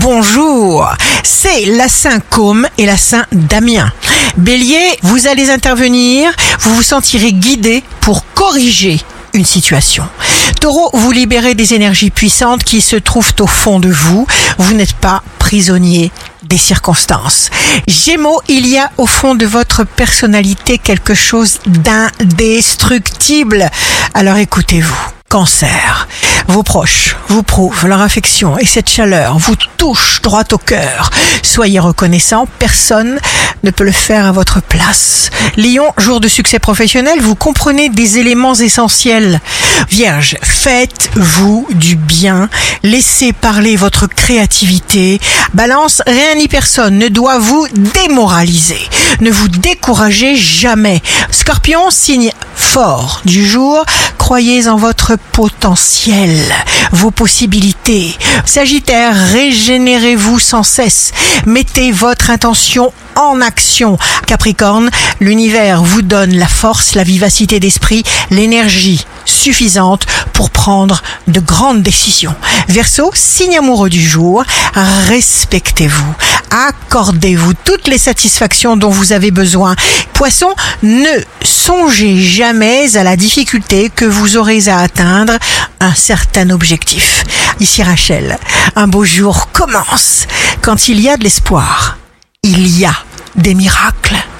bonjour. C'est la Saint-Côme et la Saint-Damien. Bélier, vous allez intervenir, vous vous sentirez guidé pour corriger une situation. Taureau, vous libérez des énergies puissantes qui se trouvent au fond de vous. Vous n'êtes pas prisonnier des circonstances. Gémeaux, il y a au fond de votre personnalité quelque chose d'indestructible. Alors écoutez-vous. Cancer, vos proches vous prouvent leur affection et cette chaleur vous touche droit au cœur. Soyez reconnaissant, personne ne peut le faire à votre place. Lion, jour de succès professionnel, vous comprenez des éléments essentiels. Vierge, faites-vous du bien, laissez parler votre créativité. Balance, rien ni personne ne doit vous démoraliser. Ne vous découragez jamais. Scorpion, signe fort du jour, croyez en votre potentiel, vos possibilités. Sagittaire, régénérez-vous sans cesse. Mettez votre intention en action. Capricorne, l'univers vous donne la force, la vivacité d'esprit, l'énergie suffisante pour prendre de grandes décisions. Verseau, signe amoureux du jour, respectez-vous, accordez-vous toutes les satisfactions dont vous avez besoin. Poisson, ne songez jamais à la difficulté que vous aurez à atteindre un certain objectif. Ici Rachel, un beau jour commence. Quand il y a de l'espoir, il y a des miracles.